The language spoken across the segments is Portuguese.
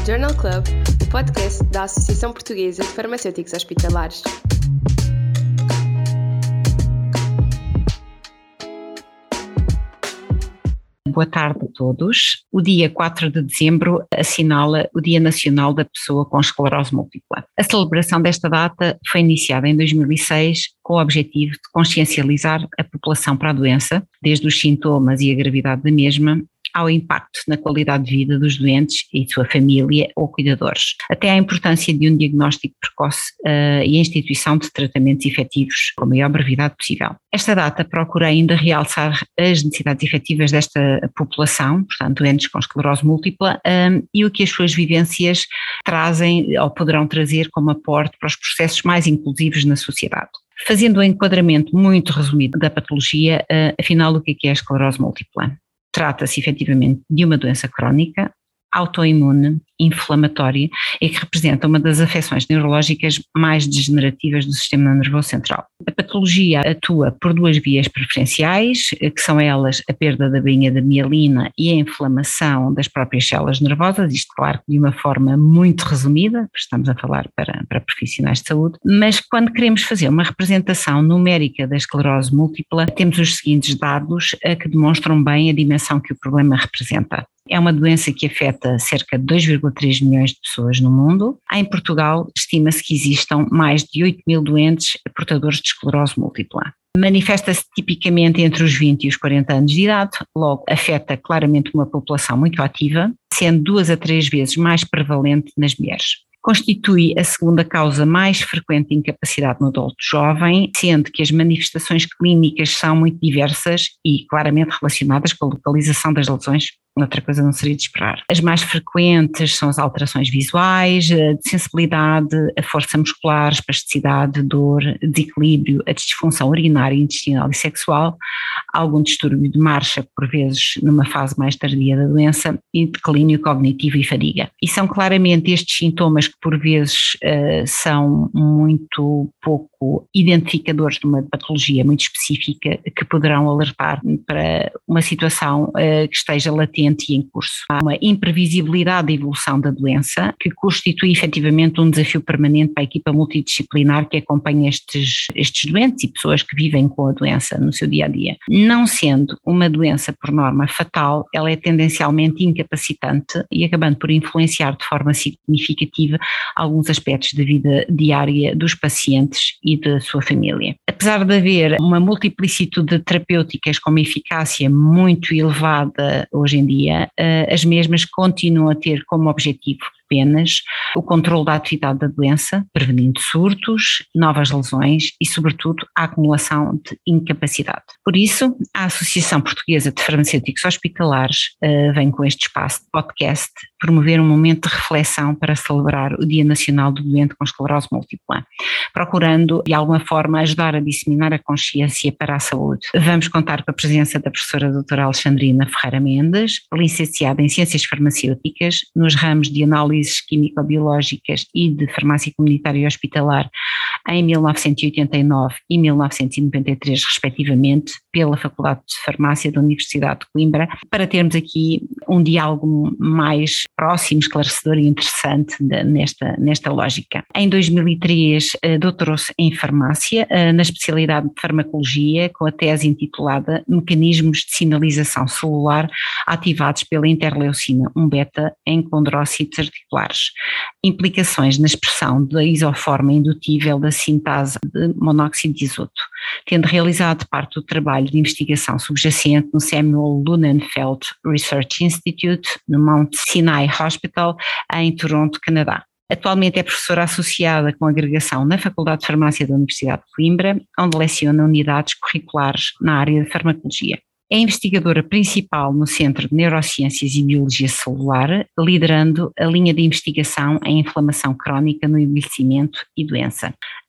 Journal Club, o podcast da Associação Portuguesa de Farmacêuticos Hospitalares. Boa tarde a todos. O dia 4 de dezembro assinala o Dia Nacional da Pessoa com Esclerose Múltipla. A celebração desta data foi iniciada em 2006 com o objetivo de consciencializar a população para a doença, desde os sintomas e a gravidade da mesma, ao impacto na qualidade de vida dos doentes e de sua família ou cuidadores, até à importância de um diagnóstico precoce e a instituição de tratamentos efetivos com a maior brevidade possível. Esta data procura ainda realçar as necessidades efetivas desta população, portanto doentes com esclerose múltipla, e o que as suas vivências trazem ou poderão trazer como aporte para os processos mais inclusivos na sociedade. Fazendo um enquadramento muito resumido da patologia, afinal o que é a esclerose múltipla? Trata-se efetivamente de uma doença crónica, autoimune, inflamatória e que representa uma das afecções neurológicas mais degenerativas do sistema nervoso central. A patologia atua por duas vias preferenciais, que são elas a perda da bainha da mielina e a inflamação das próprias células nervosas, isto claro de uma forma muito resumida, estamos a falar para profissionais de saúde, mas quando queremos fazer uma representação numérica da esclerose múltipla, temos os seguintes dados que demonstram bem a dimensão que o problema representa. É uma doença que afeta cerca de 2,3 milhões de pessoas no mundo. Em Portugal, estima-se que existam mais de 8 mil doentes portadores de esclerose múltipla. Manifesta-se tipicamente entre os 20 e os 40 anos de idade, logo afeta claramente uma população muito ativa, sendo 2 a 3 vezes mais prevalente nas mulheres. Constitui a segunda causa mais frequente de incapacidade no adulto jovem, sendo que as manifestações clínicas são muito diversas e claramente relacionadas com a localização das lesões. Outra coisa não seria de esperar. As mais frequentes são as alterações visuais, de sensibilidade, a força muscular, espasticidade, dor, desequilíbrio, a disfunção urinária, intestinal e sexual, algum distúrbio de marcha, por vezes numa fase mais tardia da doença, e declínio cognitivo e fadiga. E são claramente estes sintomas que por vezes são muito pouco identificadores de uma patologia muito específica que poderão alertar para uma situação que esteja latente e em curso. Há uma imprevisibilidade da evolução da doença que constitui efetivamente um desafio permanente para a equipa multidisciplinar que acompanha estes doentes e pessoas que vivem com a doença no seu dia-a-dia. Não sendo uma doença por norma fatal, ela é tendencialmente incapacitante e acabando por influenciar de forma significativa alguns aspectos da vida diária dos pacientes e da sua família. Apesar de haver uma multiplicitude de terapêuticas com uma eficácia muito elevada hoje em dia, as mesmas continuam a ter como objetivo apenas o controle da atividade da doença, prevenindo surtos, novas lesões e, sobretudo, a acumulação de incapacidade. Por isso, a Associação Portuguesa de Farmacêuticos Hospitalares vem com este espaço de podcast promover um momento de reflexão para celebrar o Dia Nacional do Doente com Esclerose Múltipla, procurando, de alguma forma, ajudar a disseminar a consciência para a saúde. Vamos contar com a presença da professora doutora Alexandrina Ferreira Mendes, licenciada em Ciências Farmacêuticas, nos ramos de análises químico-biológicas e de farmácia comunitária e hospitalar em 1989 e 1993, respectivamente, pela Faculdade de Farmácia da Universidade de Coimbra, para termos aqui um diálogo mais próximo, esclarecedor e interessante nesta lógica. Em 2003, doutorou-se em farmácia, na especialidade de farmacologia, com a tese intitulada Mecanismos de Sinalização Celular ativados pela interleucina 1-beta em condrócitos articulares, implicações na expressão da isoforma indutível da sintase de monóxido de azoto, tendo realizado parte do trabalho de investigação subjacente no Samuel Lunenfeld Research Institute, no Mount Sinai Hospital, em Toronto, Canadá. Atualmente é professora associada com agregação na Faculdade de Farmácia da Universidade de Coimbra, onde leciona unidades curriculares na área de farmacologia. É investigadora principal no Centro de Neurociências e Biologia Celular, liderando a linha de investigação em inflamação crónica no envelhecimento e doença.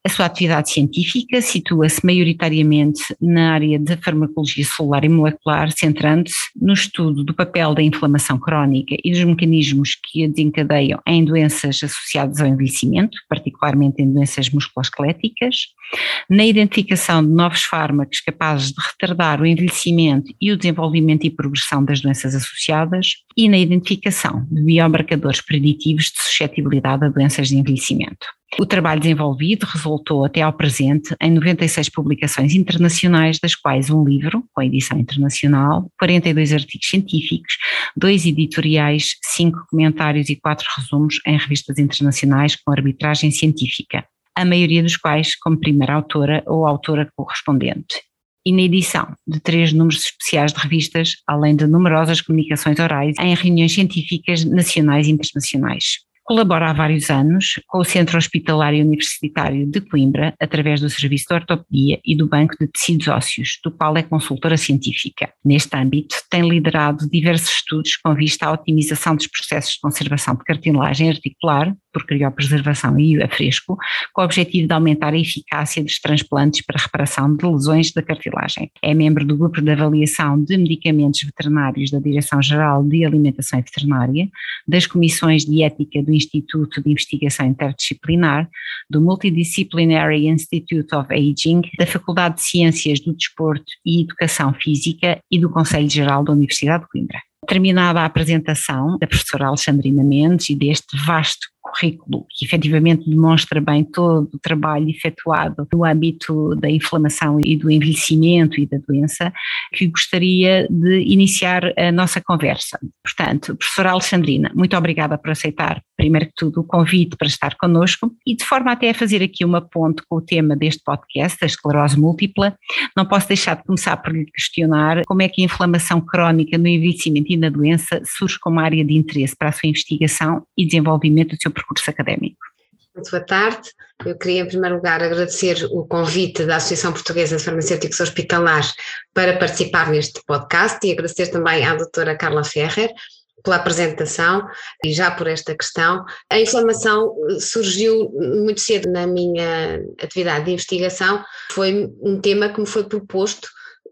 A sua atividade científica situa-se maioritariamente na área da farmacologia celular e molecular, centrando-se no estudo do papel da inflamação crónica e dos mecanismos que a desencadeiam em doenças associadas ao envelhecimento, particularmente em doenças musculoesqueléticas, na identificação de novos fármacos capazes de retardar o envelhecimento e o desenvolvimento e progressão das doenças associadas e na identificação de biomarcadores preditivos de suscetibilidade a doenças de envelhecimento. O trabalho desenvolvido resultou até ao presente em 96 publicações internacionais, das quais um livro, com edição internacional, 42 artigos científicos, 2 editoriais, 5 comentários e 4 resumos em revistas internacionais com arbitragem científica, a maioria dos quais como primeira autora ou autora correspondente. E na edição de 3 números especiais de revistas, além de numerosas comunicações orais em reuniões científicas nacionais e internacionais. Colabora há vários anos com o Centro Hospitalar e Universitário de Coimbra, através do Serviço de Ortopedia e do Banco de Tecidos Ósseos, do qual é consultora científica. Neste âmbito, tem liderado diversos estudos com vista à otimização dos processos de conservação de cartilagem articular, por criopreservação e a fresco, com o objetivo de aumentar a eficácia dos transplantes para reparação de lesões da cartilagem. É membro do Grupo de Avaliação de Medicamentos Veterinários da Direção-Geral de Alimentação e Veterinária, das Comissões de Ética do Instituto de Investigação Interdisciplinar, do Multidisciplinary Institute of Aging, da Faculdade de Ciências do Desporto e Educação Física e do Conselho Geral da Universidade de Coimbra. Terminada a apresentação da professora Alexandrina Mendes e deste vasto currículo, que efetivamente demonstra bem todo o trabalho efetuado no âmbito da inflamação e do envelhecimento e da doença, que gostaria de iniciar a nossa conversa. Portanto, professora Alexandrina, muito obrigada por aceitar, primeiro que tudo, o convite para estar connosco e de forma até a fazer aqui uma ponte com o tema deste podcast, a esclerose múltipla, não posso deixar de começar por lhe questionar como é que a inflamação crónica no envelhecimento e na doença surge como área de interesse para a sua investigação e desenvolvimento do seu percurso académico. Muito boa tarde. Eu queria, em primeiro lugar, agradecer o convite da Associação Portuguesa de Farmacêuticos Hospitalares para participar neste podcast e agradecer também à doutora Carla Ferrer pela apresentação e já por esta questão. A inflamação surgiu muito cedo na minha atividade de investigação, foi um tema que me foi proposto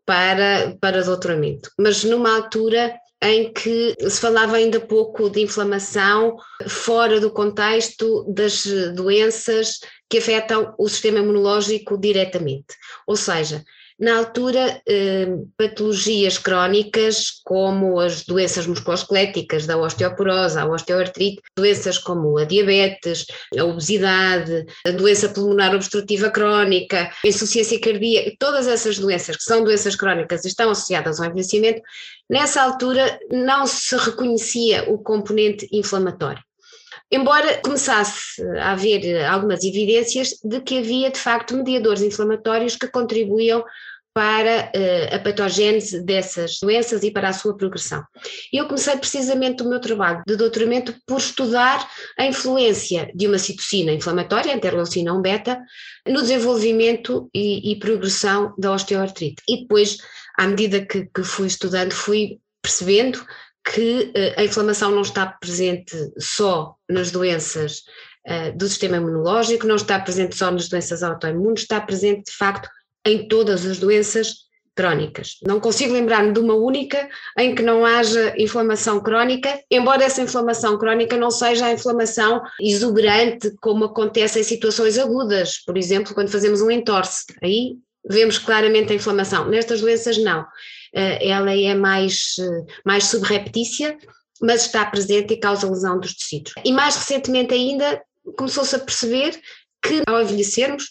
para doutoramento, mas numa altura em que se falava ainda pouco de inflamação fora do contexto das doenças que afetam o sistema imunológico diretamente. Ou seja, na altura, patologias crónicas como as doenças musculoesqueléticas, da osteoporose, a osteoartrite, doenças como a diabetes, a obesidade, a doença pulmonar obstrutiva crónica, a insuficiência cardíaca, todas essas doenças que são doenças crónicas e estão associadas ao envelhecimento, nessa altura não se reconhecia o componente inflamatório. Embora começasse a haver algumas evidências de que havia de facto mediadores inflamatórios que contribuíam para a patogênese dessas doenças e para a sua progressão. Eu comecei precisamente o meu trabalho de doutoramento por estudar a influência de uma citocina inflamatória, a interleucina 1 beta, no desenvolvimento e progressão da osteoartrite. E depois, à medida que fui estudando, fui percebendo que a inflamação não está presente só nas doenças do sistema imunológico, não está presente só nas doenças autoimunes, está presente de facto em todas as doenças crónicas. Não consigo lembrar-me de uma única em que não haja inflamação crónica, embora essa inflamação crónica não seja a inflamação exuberante como acontece em situações agudas, por exemplo, quando fazemos um entorse, aí vemos claramente a inflamação. Nestas doenças não. Ela é mais subreptícia, mas está presente e causa lesão dos tecidos. E mais recentemente ainda começou-se a perceber que ao envelhecermos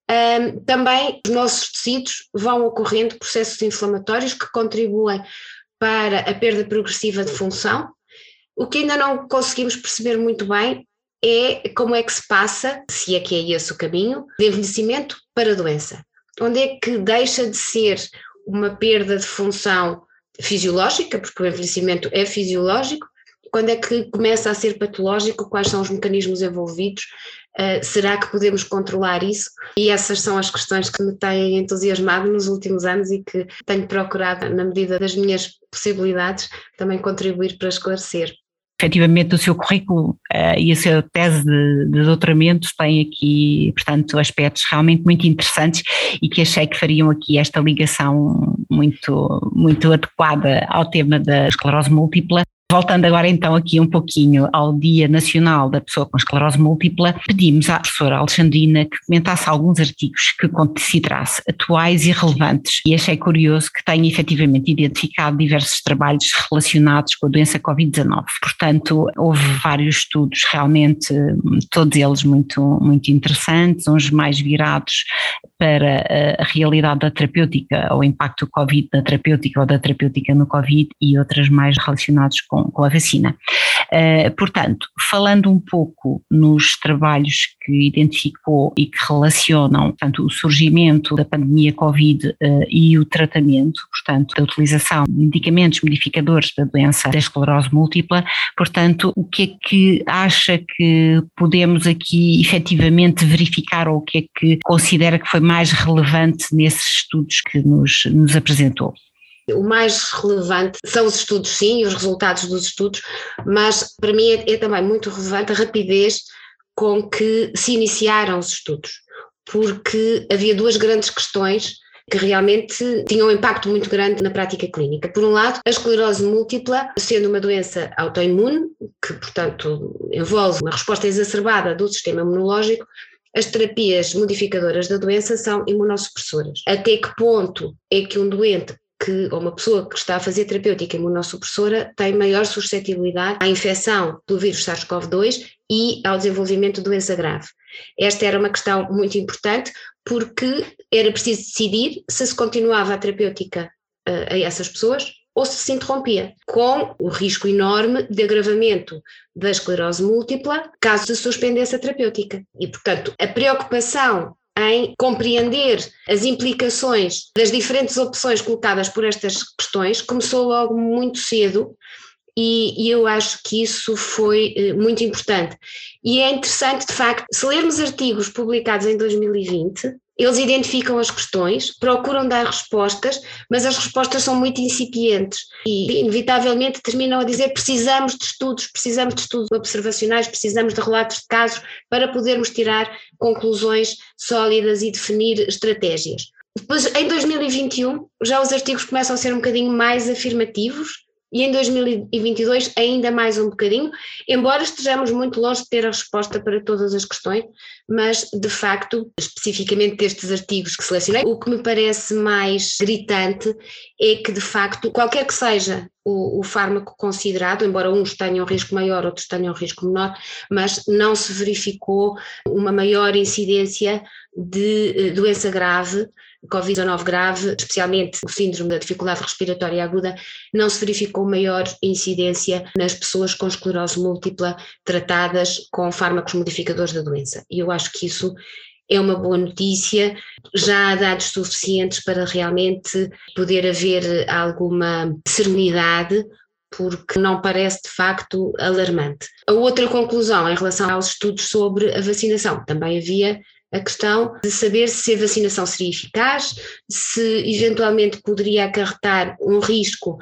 também os nossos tecidos vão ocorrendo processos inflamatórios que contribuem para a perda progressiva de função. O que ainda não conseguimos perceber muito bem é como é que se passa, se é que é esse o caminho, de envelhecimento para doença. Onde é que deixa de ser uma perda de função fisiológica, porque o envelhecimento é fisiológico, quando é que começa a ser patológico, quais são os mecanismos envolvidos, será que podemos controlar isso? E essas são as questões que me têm entusiasmado nos últimos anos e que tenho procurado, na medida das minhas possibilidades, também contribuir para esclarecer. efetivamente o seu currículo e a sua tese de doutoramento têm aqui, portanto, aspectos realmente muito interessantes e que achei que fariam aqui esta ligação muito adequada ao tema da esclerose múltipla. Voltando agora então aqui um pouquinho ao Dia Nacional da Pessoa com Esclerose Múltipla, pedimos à professora Alexandrina que comentasse alguns artigos que considerasse atuais e relevantes, e achei curioso que tenha efetivamente identificado diversos trabalhos relacionados com a doença Covid-19. Portanto, houve vários estudos realmente, todos eles muito interessantes, uns mais virados para a realidade da terapêutica, ou o impacto do Covid na terapêutica ou da terapêutica no Covid, e outras mais relacionados com a vacina. Portanto, falando um pouco nos trabalhos que identificou e que relacionam, portanto, o surgimento da pandemia Covid e o tratamento, portanto, da utilização de medicamentos modificadores da doença da esclerose múltipla, portanto, o que é que acha que podemos aqui efetivamente verificar, ou o que é que considera que foi mais relevante nesses estudos que nos apresentou? O mais relevante são os estudos, sim, e os resultados dos estudos, mas para mim é também muito relevante a rapidez com que se iniciaram os estudos, porque havia duas grandes questões que realmente tinham um impacto muito grande na prática clínica. Por um lado, a esclerose múltipla, sendo uma doença autoimune, que portanto envolve uma resposta exacerbada do sistema imunológico, as terapias modificadoras da doença são imunossupressoras. Até que ponto é que um doente ou uma pessoa que está a fazer terapêutica imunossupressora tem maior suscetibilidade à infecção pelo vírus SARS-CoV-2 e ao desenvolvimento de doença grave? Esta era uma questão muito importante, porque era preciso decidir se continuava a terapêutica a essas pessoas ou se interrompia, com o risco enorme de agravamento da esclerose múltipla caso se suspendesse a terapêutica. E, portanto, a preocupação em compreender as implicações das diferentes opções colocadas por estas questões começou logo muito cedo, e eu acho que isso foi muito importante. E é interessante, de facto, se lermos artigos publicados em 2020, eles identificam as questões, procuram dar respostas, mas as respostas são muito incipientes e, inevitavelmente, terminam a dizer precisamos de estudos observacionais, precisamos de relatos de casos para podermos tirar conclusões sólidas e definir estratégias. Depois, em 2021, já os artigos começam a ser um bocadinho mais afirmativos, e em 2022 ainda mais um bocadinho, embora estejamos muito longe de ter a resposta para todas as questões, mas de facto, especificamente destes artigos que selecionei, o que me parece mais gritante é que de facto, qualquer que seja o fármaco considerado, embora uns tenham risco maior, outros tenham risco menor, mas não se verificou uma maior incidência de doença grave, Covid-19 grave, especialmente o síndrome da dificuldade respiratória aguda, não se verificou maior incidência nas pessoas com esclerose múltipla tratadas com fármacos modificadores da doença. E eu acho que isso é uma boa notícia. Já há dados suficientes para realmente poder haver alguma serenidade, porque não parece de facto alarmante. A outra conclusão em relação aos estudos sobre a vacinação, também havia a questão de saber se a vacinação seria eficaz, se eventualmente poderia acarretar um risco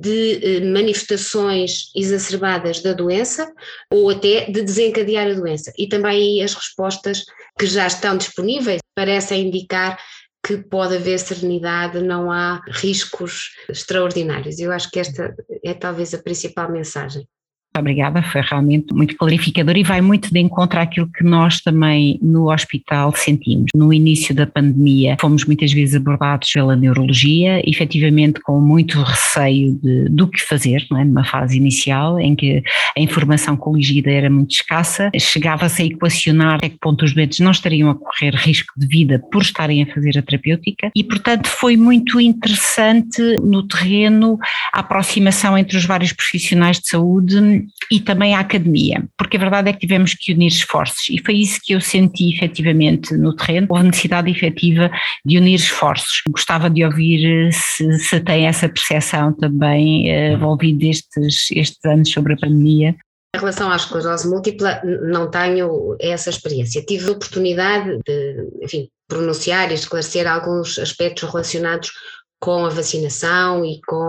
de manifestações exacerbadas da doença ou até de desencadear a doença. E também as respostas que já estão disponíveis parecem indicar que pode haver serenidade, não há riscos extraordinários. Eu acho que esta é talvez a principal mensagem. Obrigada, foi realmente muito clarificador e vai muito de encontro àquilo que nós também no hospital sentimos. No início da pandemia fomos muitas vezes abordados pela neurologia, efetivamente com muito receio do que fazer, não é? Numa fase inicial em que a informação coligida era muito escassa, chegava-se a equacionar até que ponto os doentes não estariam a correr risco de vida por estarem a fazer a terapêutica, e portanto foi muito interessante no terreno a aproximação entre os vários profissionais de saúde e também a academia, porque a verdade é que tivemos que unir esforços, e foi isso que eu senti efetivamente no terreno. Houve necessidade efetiva de unir esforços. Gostava de ouvir se tem essa percepção também envolvido estes anos sobre a pandemia. Em relação à esclerose múltipla, não tenho essa experiência. Tive a oportunidade de, pronunciar e esclarecer alguns aspectos relacionados com a vacinação e com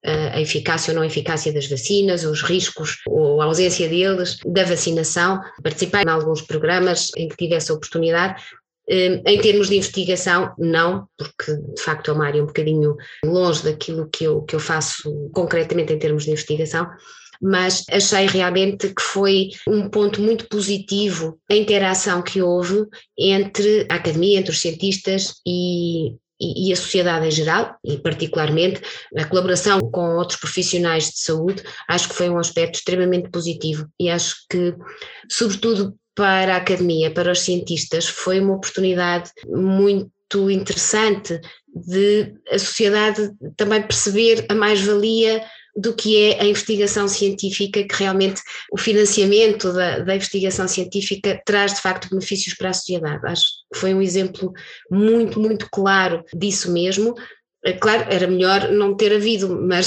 a eficácia ou não eficácia das vacinas, os riscos ou a ausência deles, da vacinação. Participei em alguns programas em que tive essa oportunidade. Em termos de investigação, não, porque de facto é uma área um bocadinho longe daquilo que eu faço concretamente em termos de investigação, mas achei realmente que foi um ponto muito positivo a interação que houve entre a academia, entre os cientistas e a sociedade em geral, e particularmente a colaboração com outros profissionais de saúde. Acho que foi um aspecto extremamente positivo e acho que, sobretudo para a academia, para os cientistas, foi uma oportunidade muito interessante de a sociedade também perceber a mais-valia do que é a investigação científica, que realmente o financiamento da investigação científica traz de facto benefícios para a sociedade. Acho que foi um exemplo muito, muito claro disso mesmo. Claro, era melhor não ter havido,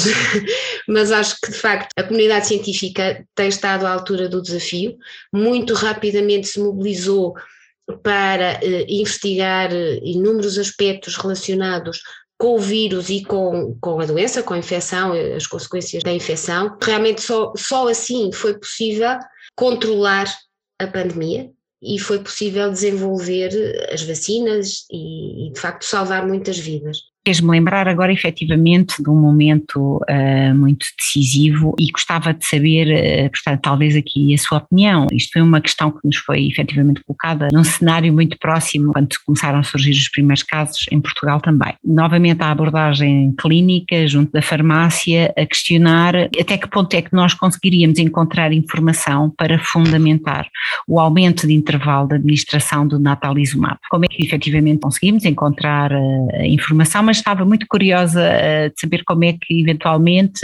mas acho que de facto a comunidade científica tem estado à altura do desafio, muito rapidamente se mobilizou para investigar inúmeros aspectos relacionados com o vírus e com a doença, com a infecção, as consequências da infecção. Realmente só assim foi possível controlar a pandemia e foi possível desenvolver as vacinas e de facto salvar muitas vidas. Fez-me lembrar agora efetivamente de um momento muito decisivo e gostava de saber, portanto, talvez aqui a sua opinião. Isto foi uma questão que nos foi efetivamente colocada num cenário muito próximo, quando começaram a surgir os primeiros casos em Portugal também. Novamente a abordagem clínica junto da farmácia a questionar até que ponto é que nós conseguiríamos encontrar informação para fundamentar o aumento de intervalo de administração do natalizumab. Como é que efetivamente conseguimos encontrar informação, mas estava muito curiosa de saber como é que eventualmente,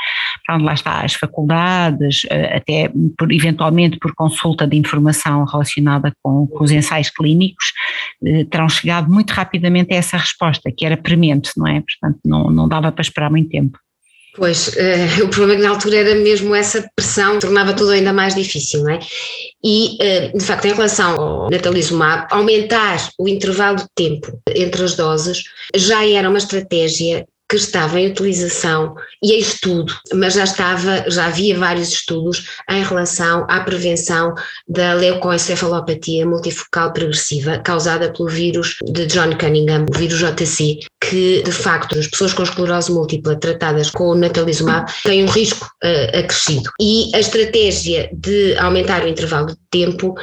lá está, as faculdades, até eventualmente por consulta de informação relacionada com os ensaios clínicos, terão chegado muito rapidamente a essa resposta, que era premente, não é? Portanto, não dava para esperar muito tempo. Pois, o problema é que na altura era mesmo essa pressão, tornava tudo ainda mais difícil, não é? E, de facto, em relação ao natalizumab, aumentar o intervalo de tempo entre as doses já era uma estratégia que estava em utilização e em estudo, mas já havia vários estudos em relação à prevenção da leucoencefalopatia multifocal progressiva causada pelo vírus de John Cunningham, o vírus JC, que de facto as pessoas com esclerose múltipla tratadas com o natalizumab têm um risco acrescido. E a estratégia de aumentar o intervalo de tempo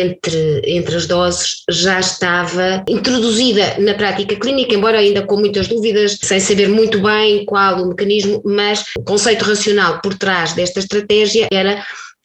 entre as doses já estava introduzida na prática clínica, embora ainda com muitas dúvidas, sem saber muito bem qual o mecanismo, mas o conceito racional por trás desta estratégia era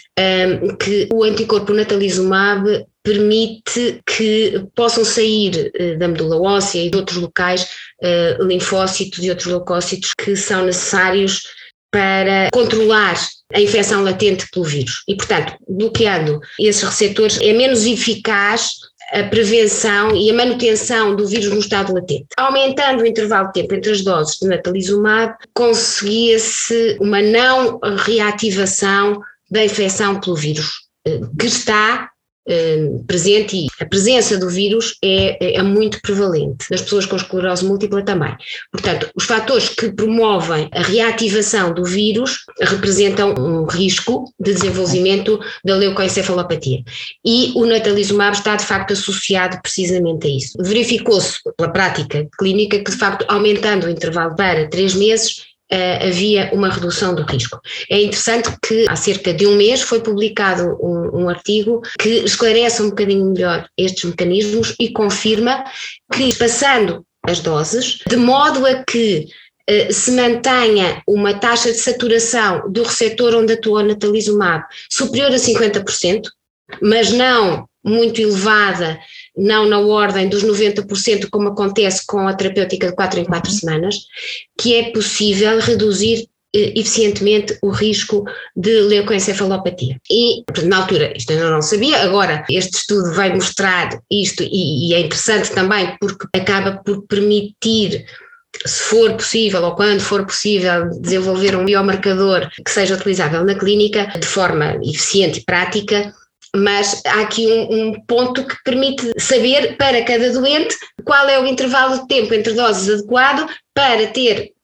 que o anticorpo natalizumab permite que possam sair da medula óssea e de outros locais linfócitos e outros leucócitos que são necessários para controlar a infecção latente pelo vírus. E, portanto, bloqueando esses receptores é menos eficaz a prevenção e a manutenção do vírus no estado latente. Aumentando o intervalo de tempo entre as doses de natalizumab, conseguia-se uma não reativação da infecção pelo vírus, que está presente, e a presença do vírus é muito prevalente nas pessoas com esclerose múltipla também. Portanto, os fatores que promovem a reativação do vírus representam um risco de desenvolvimento da leucoencefalopatia e o natalizumab está de facto associado precisamente a isso. Verificou-se pela prática clínica que de facto aumentando o intervalo para 3 meses havia uma redução do risco. É interessante que há cerca de um mês foi publicado um artigo que esclarece um bocadinho melhor estes mecanismos e confirma que passando as doses, de modo a que se mantenha uma taxa de saturação do receptor onde atua o natalizumab superior a 50%, mas não muito elevada, não na ordem dos 90%, como acontece com a terapêutica de 4 em 4 semanas, que é possível reduzir eficientemente o risco de leucoencefalopatia. E, na altura, isto eu não sabia, agora este estudo vai mostrar isto e é interessante também porque acaba por permitir, se for possível ou quando for possível, desenvolver um biomarcador que seja utilizável na clínica de forma eficiente e prática. Mas há aqui um ponto que permite saber para cada doente qual é o intervalo de tempo entre doses adequado para ter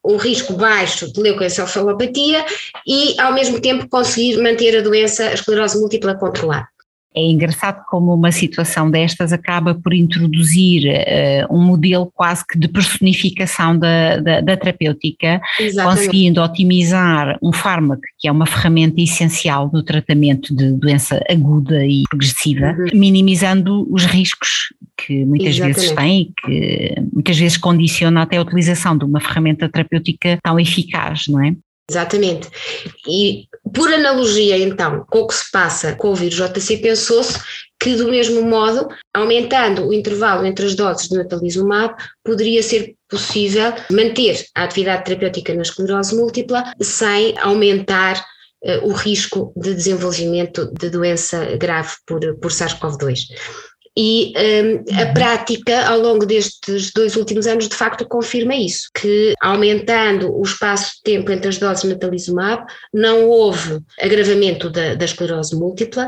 um risco baixo de leucoencefalopatia e, ao mesmo tempo, conseguir manter a doença, a esclerose múltipla, controlada. É engraçado como uma situação destas acaba por introduzir um modelo quase que de personificação da terapêutica, Exatamente. conseguindo otimizar um fármaco que é uma ferramenta essencial no tratamento de doença aguda e progressiva, minimizando os riscos que muitas vezes tem e que muitas vezes condiciona até a utilização de uma ferramenta terapêutica tão eficaz, não é? Exatamente. E por analogia então com o que se passa com o vírus JC, pensou-se que do mesmo modo, aumentando o intervalo entre as doses de natalizumab, poderia ser possível manter a atividade terapêutica na esclerose múltipla sem aumentar o risco de desenvolvimento de doença grave por SARS-CoV-2. E a prática ao longo destes 2 últimos anos de facto confirma isso, que aumentando o espaço de tempo entre as doses de natalizumab não houve agravamento da esclerose múltipla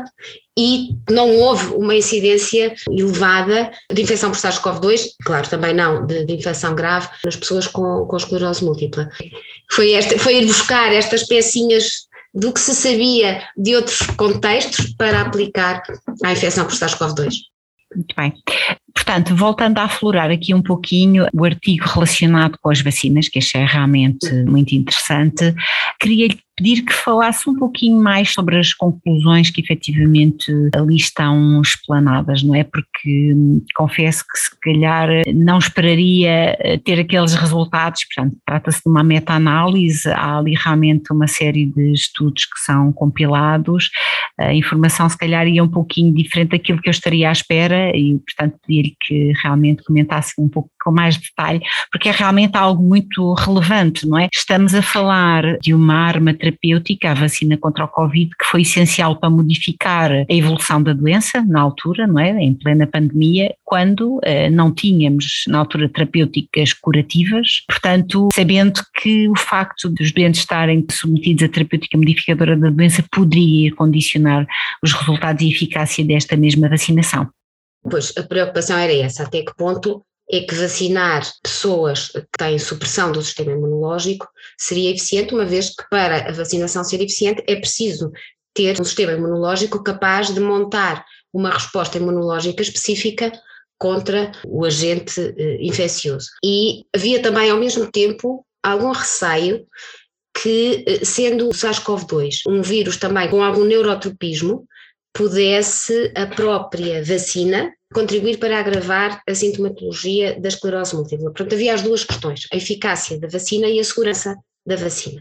e não houve uma incidência elevada de infecção por SARS-CoV-2, claro, também não de infecção grave nas pessoas com esclerose múltipla. Foi ir buscar estas pecinhas do que se sabia de outros contextos para aplicar à infecção por SARS-CoV-2. Muito bem. Portanto, voltando a aflorar aqui um pouquinho o artigo relacionado com as vacinas, que achei realmente muito interessante, queria-lhe pedir que falasse um pouquinho mais sobre as conclusões que efetivamente ali estão explanadas, não é? Porque confesso que se calhar não esperaria ter aqueles resultados, portanto, trata-se de uma meta-análise, há ali realmente uma série de estudos que são compilados, a informação se calhar ia um pouquinho diferente daquilo que eu estaria à espera e, portanto, pedir-lhe que realmente comentasse um pouco com mais detalhe, porque é realmente algo muito relevante, não é? Estamos a falar de uma arma terapêutica, a vacina contra o Covid, que foi essencial para modificar a evolução da doença na altura, não é? Em plena pandemia, quando não tínhamos na altura terapêuticas curativas, portanto, sabendo que o facto dos doentes estarem submetidos à terapêutica modificadora da doença poderia condicionar os resultados e eficácia desta mesma vacinação. Pois, a preocupação era essa, até que ponto é que vacinar pessoas que têm supressão do sistema imunológico seria eficiente, uma vez que para a vacinação ser eficiente é preciso ter um sistema imunológico capaz de montar uma resposta imunológica específica contra o agente infeccioso. E havia também ao mesmo tempo algum receio que, sendo o SARS-CoV-2 um vírus também com algum neurotropismo, pudesse a própria vacina contribuir para agravar a sintomatologia da esclerose múltipla. Portanto, havia as duas questões, a eficácia da vacina e a segurança da vacina.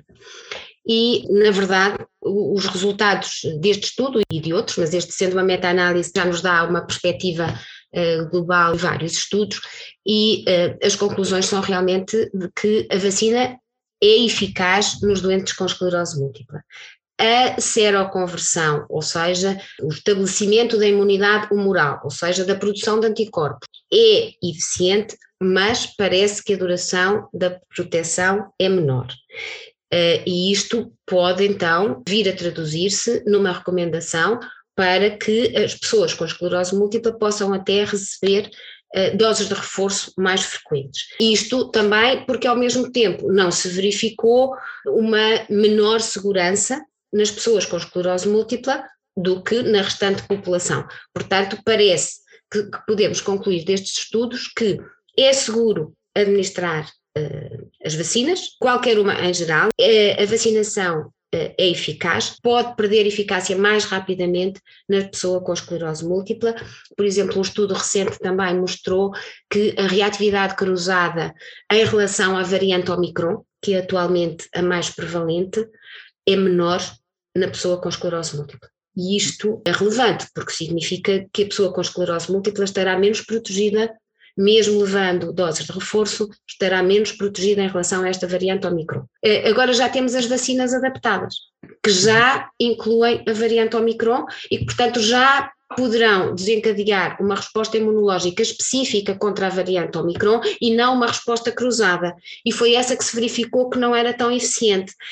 E, na verdade, os resultados deste estudo e de outros, mas este sendo uma meta-análise já nos dá uma perspectiva global de vários estudos e as conclusões são realmente de que a vacina é eficaz nos doentes com esclerose múltipla. A seroconversão, ou seja, o estabelecimento da imunidade humoral, ou seja, da produção de anticorpos, é eficiente, mas parece que a duração da proteção é menor. E isto pode então vir a traduzir-se numa recomendação para que as pessoas com esclerose múltipla possam até receber doses de reforço mais frequentes. Isto também porque ao mesmo tempo não se verificou uma menor segurança nas pessoas com esclerose múltipla do que na restante população. Portanto, parece que podemos concluir destes estudos que é seguro administrar as vacinas, qualquer uma em geral, a vacinação é eficaz, pode perder eficácia mais rapidamente na pessoa com esclerose múltipla. Por exemplo, um estudo recente também mostrou que a reatividade cruzada em relação à variante Omicron, que é atualmente a mais prevalente, é menor na pessoa com esclerose múltipla. E isto é relevante, porque significa que a pessoa com esclerose múltipla estará menos protegida, mesmo levando doses de reforço, estará menos protegida em relação a esta variante Omicron. Agora já temos as vacinas adaptadas, que já incluem a variante Omicron e que, portanto, já poderão desencadear uma resposta imunológica específica contra a variante Omicron e não uma resposta cruzada. E foi essa que se verificou que não era tão eficiente.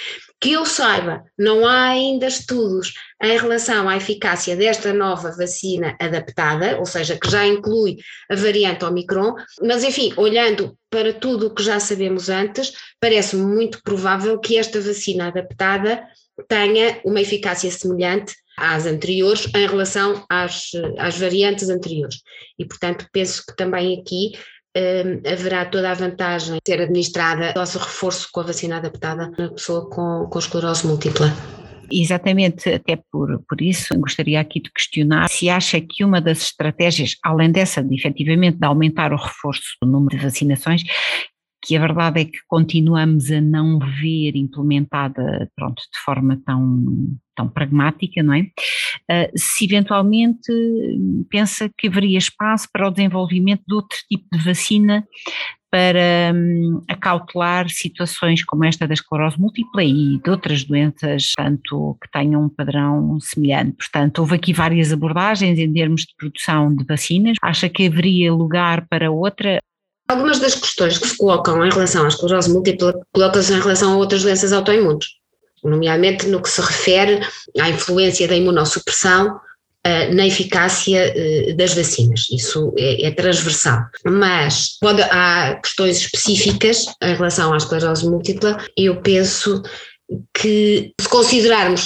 Que eu saiba, não há ainda estudos em relação à eficácia desta nova vacina adaptada, ou seja, que já inclui a variante Omicron, mas enfim, olhando para tudo o que já sabemos antes, parece-me muito provável que esta vacina adaptada tenha uma eficácia semelhante às anteriores em relação às variantes anteriores. E, portanto, penso que também aqui haverá toda a vantagem de ser administrada nosso reforço com a vacina adaptada na pessoa com esclerose múltipla. Exatamente, até por isso gostaria aqui de questionar se acha que uma das estratégias, além dessa de efetivamente de aumentar o reforço do número de vacinações, que a verdade é que continuamos a não ver implementada, de forma tão pragmática, não é? Se eventualmente pensa que haveria espaço para o desenvolvimento de outro tipo de vacina para acautelar situações como esta da esclerose múltipla e de outras doenças, tanto que tenham um padrão semelhante. Portanto, houve aqui várias abordagens em termos de produção de vacinas. Acha que haveria lugar para outra? Algumas das questões que se colocam em relação à esclerose múltipla colocam-se em relação a outras doenças autoimunes, nomeadamente no que se refere à influência da imunossupressão na eficácia das vacinas. Isso é transversal. Mas, quando há questões específicas em relação à esclerose múltipla, eu penso que, se considerarmos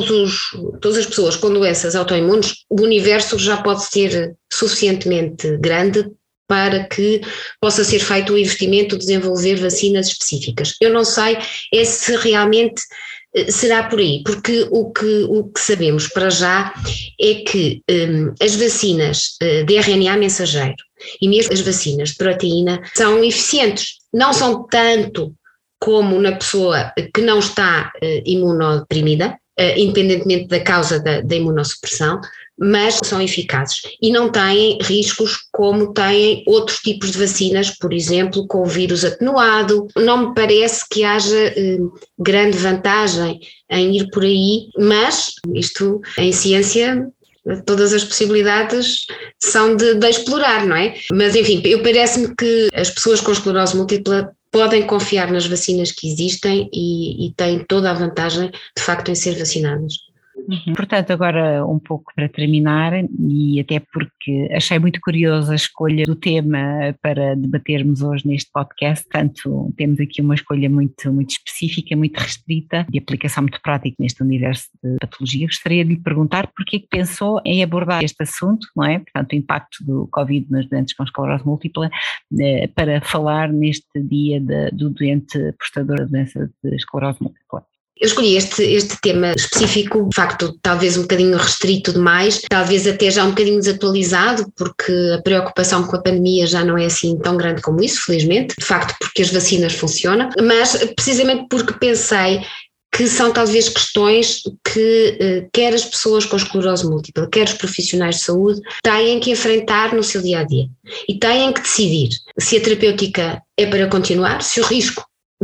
todas as pessoas com doenças autoimunes, o universo já pode ser suficientemente grande para que possa ser feito o investimento de desenvolver vacinas específicas. Eu não sei se realmente será por aí, porque o que sabemos para já é que as vacinas de RNA mensageiro e mesmo as vacinas de proteína são eficientes, não são tanto como na pessoa que não está imunodeprimida, independentemente da causa da imunossupressão, mas são eficazes e não têm riscos como têm outros tipos de vacinas, por exemplo, com o vírus atenuado. Não me parece que haja grande vantagem em ir por aí, mas isto em ciência, todas as possibilidades são de explorar, não é? Mas enfim, parece-me que as pessoas com esclerose múltipla podem confiar nas vacinas que existem e têm toda a vantagem, de facto, em ser vacinadas. Portanto, agora um pouco para terminar, e até porque achei muito curiosa a escolha do tema para debatermos hoje neste podcast, portanto temos aqui uma escolha muito, muito específica, muito restrita, de aplicação muito prática neste universo de patologia. Gostaria de lhe perguntar porque é que pensou em abordar este assunto, não é? Portanto, o impacto do Covid nos doentes com esclerose múltipla, para falar neste dia do doente portador da doença de esclerose múltipla. Eu escolhi este tema específico, de facto, talvez um bocadinho restrito demais, talvez até já um bocadinho desatualizado, porque a preocupação com a pandemia já não é assim tão grande como isso, felizmente, de facto, porque as vacinas funcionam, mas precisamente porque pensei que são talvez questões que quer as pessoas com esclerose múltipla, quer os profissionais de saúde, têm que enfrentar no seu dia-a-dia e têm que decidir se a terapêutica é para continuar, se o risco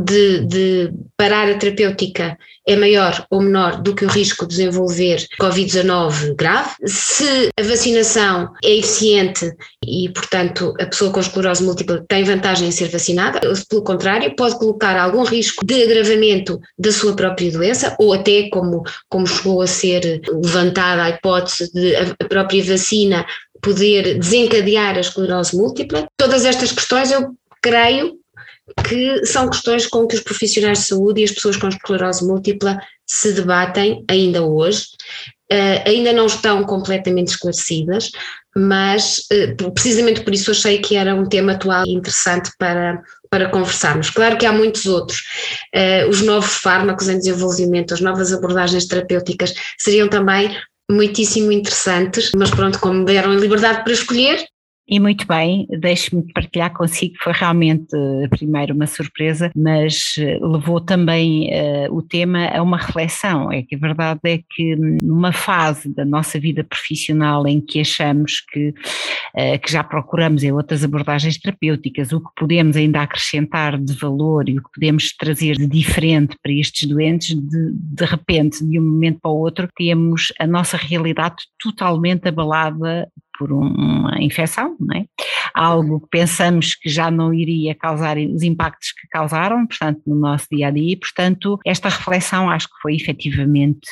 de parar a terapêutica é maior ou menor do que o risco de desenvolver Covid-19 grave, se a vacinação é eficiente e, portanto, a pessoa com esclerose múltipla tem vantagem em ser vacinada, ou se, pelo contrário, pode colocar algum risco de agravamento da sua própria doença, ou até, como chegou a ser levantada a hipótese de a própria vacina poder desencadear a esclerose múltipla. Todas estas questões eu creio que são questões com que os profissionais de saúde e as pessoas com esclerose múltipla se debatem ainda hoje, ainda não estão completamente esclarecidas, mas precisamente por isso achei que era um tema atual e interessante para conversarmos. Claro que há muitos outros, os novos fármacos em desenvolvimento, as novas abordagens terapêuticas seriam também muitíssimo interessantes, mas pronto, como me deram liberdade para escolher. E muito bem, deixe-me partilhar consigo, foi realmente primeiro uma surpresa, mas levou também o tema a uma reflexão. É que a verdade é que numa fase da nossa vida profissional em que achamos que já procuramos em outras abordagens terapêuticas o que podemos ainda acrescentar de valor e o que podemos trazer de diferente para estes doentes, de repente, de um momento para o outro, temos a nossa realidade totalmente abalada por uma infecção, não é? Algo que pensamos que já não iria causar os impactos que causaram, portanto, no nosso dia-a-dia. Portanto, esta reflexão acho que foi efetivamente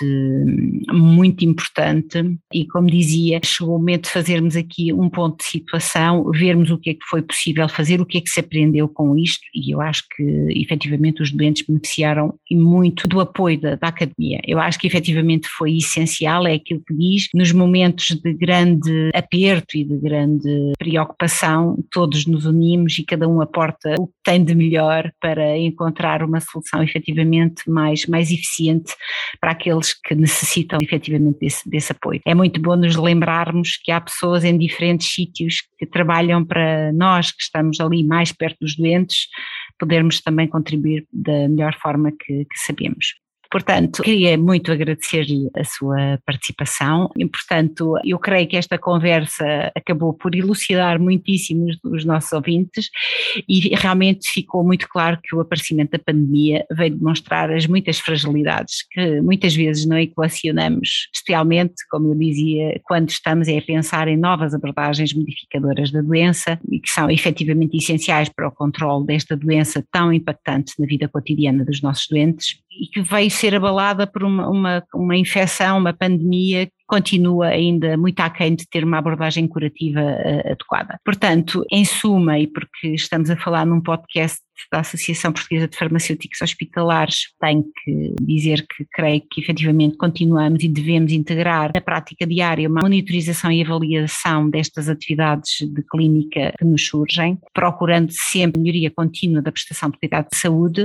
muito importante e, como dizia, chegou o momento de fazermos aqui um ponto de situação, vermos o que é que foi possível fazer, o que é que se aprendeu com isto, e eu acho que efetivamente os doentes beneficiaram e muito do apoio da academia. Eu acho que efetivamente foi essencial, é aquilo que diz, nos momentos de grande aperto e de grande preocupação, todos nos unimos e cada um aporta o que tem de melhor para encontrar uma solução efetivamente mais eficiente para aqueles que necessitam efetivamente desse apoio. É muito bom nos lembrarmos que há pessoas em diferentes sítios que trabalham para nós, que estamos ali mais perto dos doentes, podermos também contribuir da melhor forma que sabemos. Portanto, queria muito agradecer-lhe a sua participação e, portanto, eu creio que esta conversa acabou por elucidar muitíssimo os nossos ouvintes e realmente ficou muito claro que o aparecimento da pandemia veio demonstrar as muitas fragilidades que muitas vezes não equacionamos, especialmente, como eu dizia, quando estamos a pensar em novas abordagens modificadoras da doença e que são efetivamente essenciais para o controle desta doença tão impactante na vida cotidiana dos nossos doentes e que veio ser abalada por uma infecção, uma pandemia que continua ainda muito aquém de ter uma abordagem curativa adequada. Portanto, em suma, e porque estamos a falar num podcast da Associação Portuguesa de Farmacêuticos Hospitalares, tenho que dizer que creio que efetivamente continuamos e devemos integrar na prática diária uma monitorização e avaliação destas atividades de clínica que nos surgem, procurando sempre melhoria contínua da prestação de cuidado de saúde,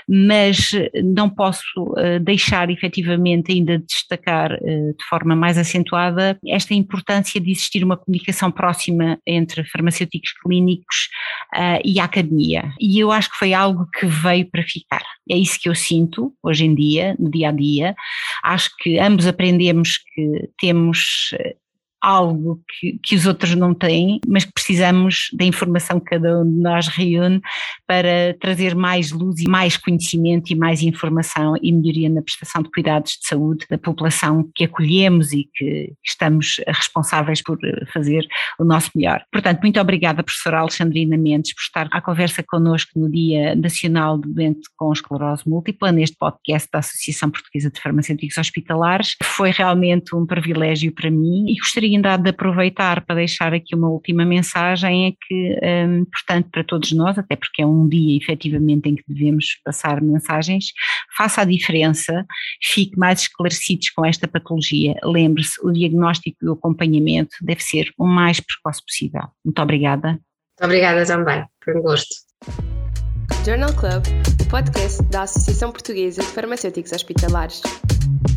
mas não posso deixar efetivamente ainda de destacar de forma mais acentuada esta importância de existir uma comunicação próxima entre farmacêuticos clínicos e a academia. E eu acho que foi algo que veio para ficar. É isso que eu sinto hoje em dia, no dia a dia. Acho que ambos aprendemos que temos algo que os outros não têm, mas que precisamos da informação que cada um de nós reúne para trazer mais luz e mais conhecimento e mais informação e melhoria na prestação de cuidados de saúde da população que acolhemos e que estamos responsáveis por fazer o nosso melhor. Portanto, muito obrigada, professora Alexandrina Mendes, por estar à conversa connosco no Dia Nacional do Doente com Esclerose Múltipla, neste podcast da Associação Portuguesa de Farmacêuticos Hospitalares. Foi realmente um privilégio para mim e gostaria ainda de aproveitar para deixar aqui uma última mensagem, é que, portanto, para todos nós, até porque é um dia efetivamente em que devemos passar mensagens, faça a diferença, fique mais esclarecidos com esta patologia. Lembre-se, o diagnóstico e o acompanhamento deve ser o mais precoce possível. Muito obrigada. Muito obrigada também, foi um gosto. Journal Club, o podcast da Associação Portuguesa de Farmacêuticos Hospitalares.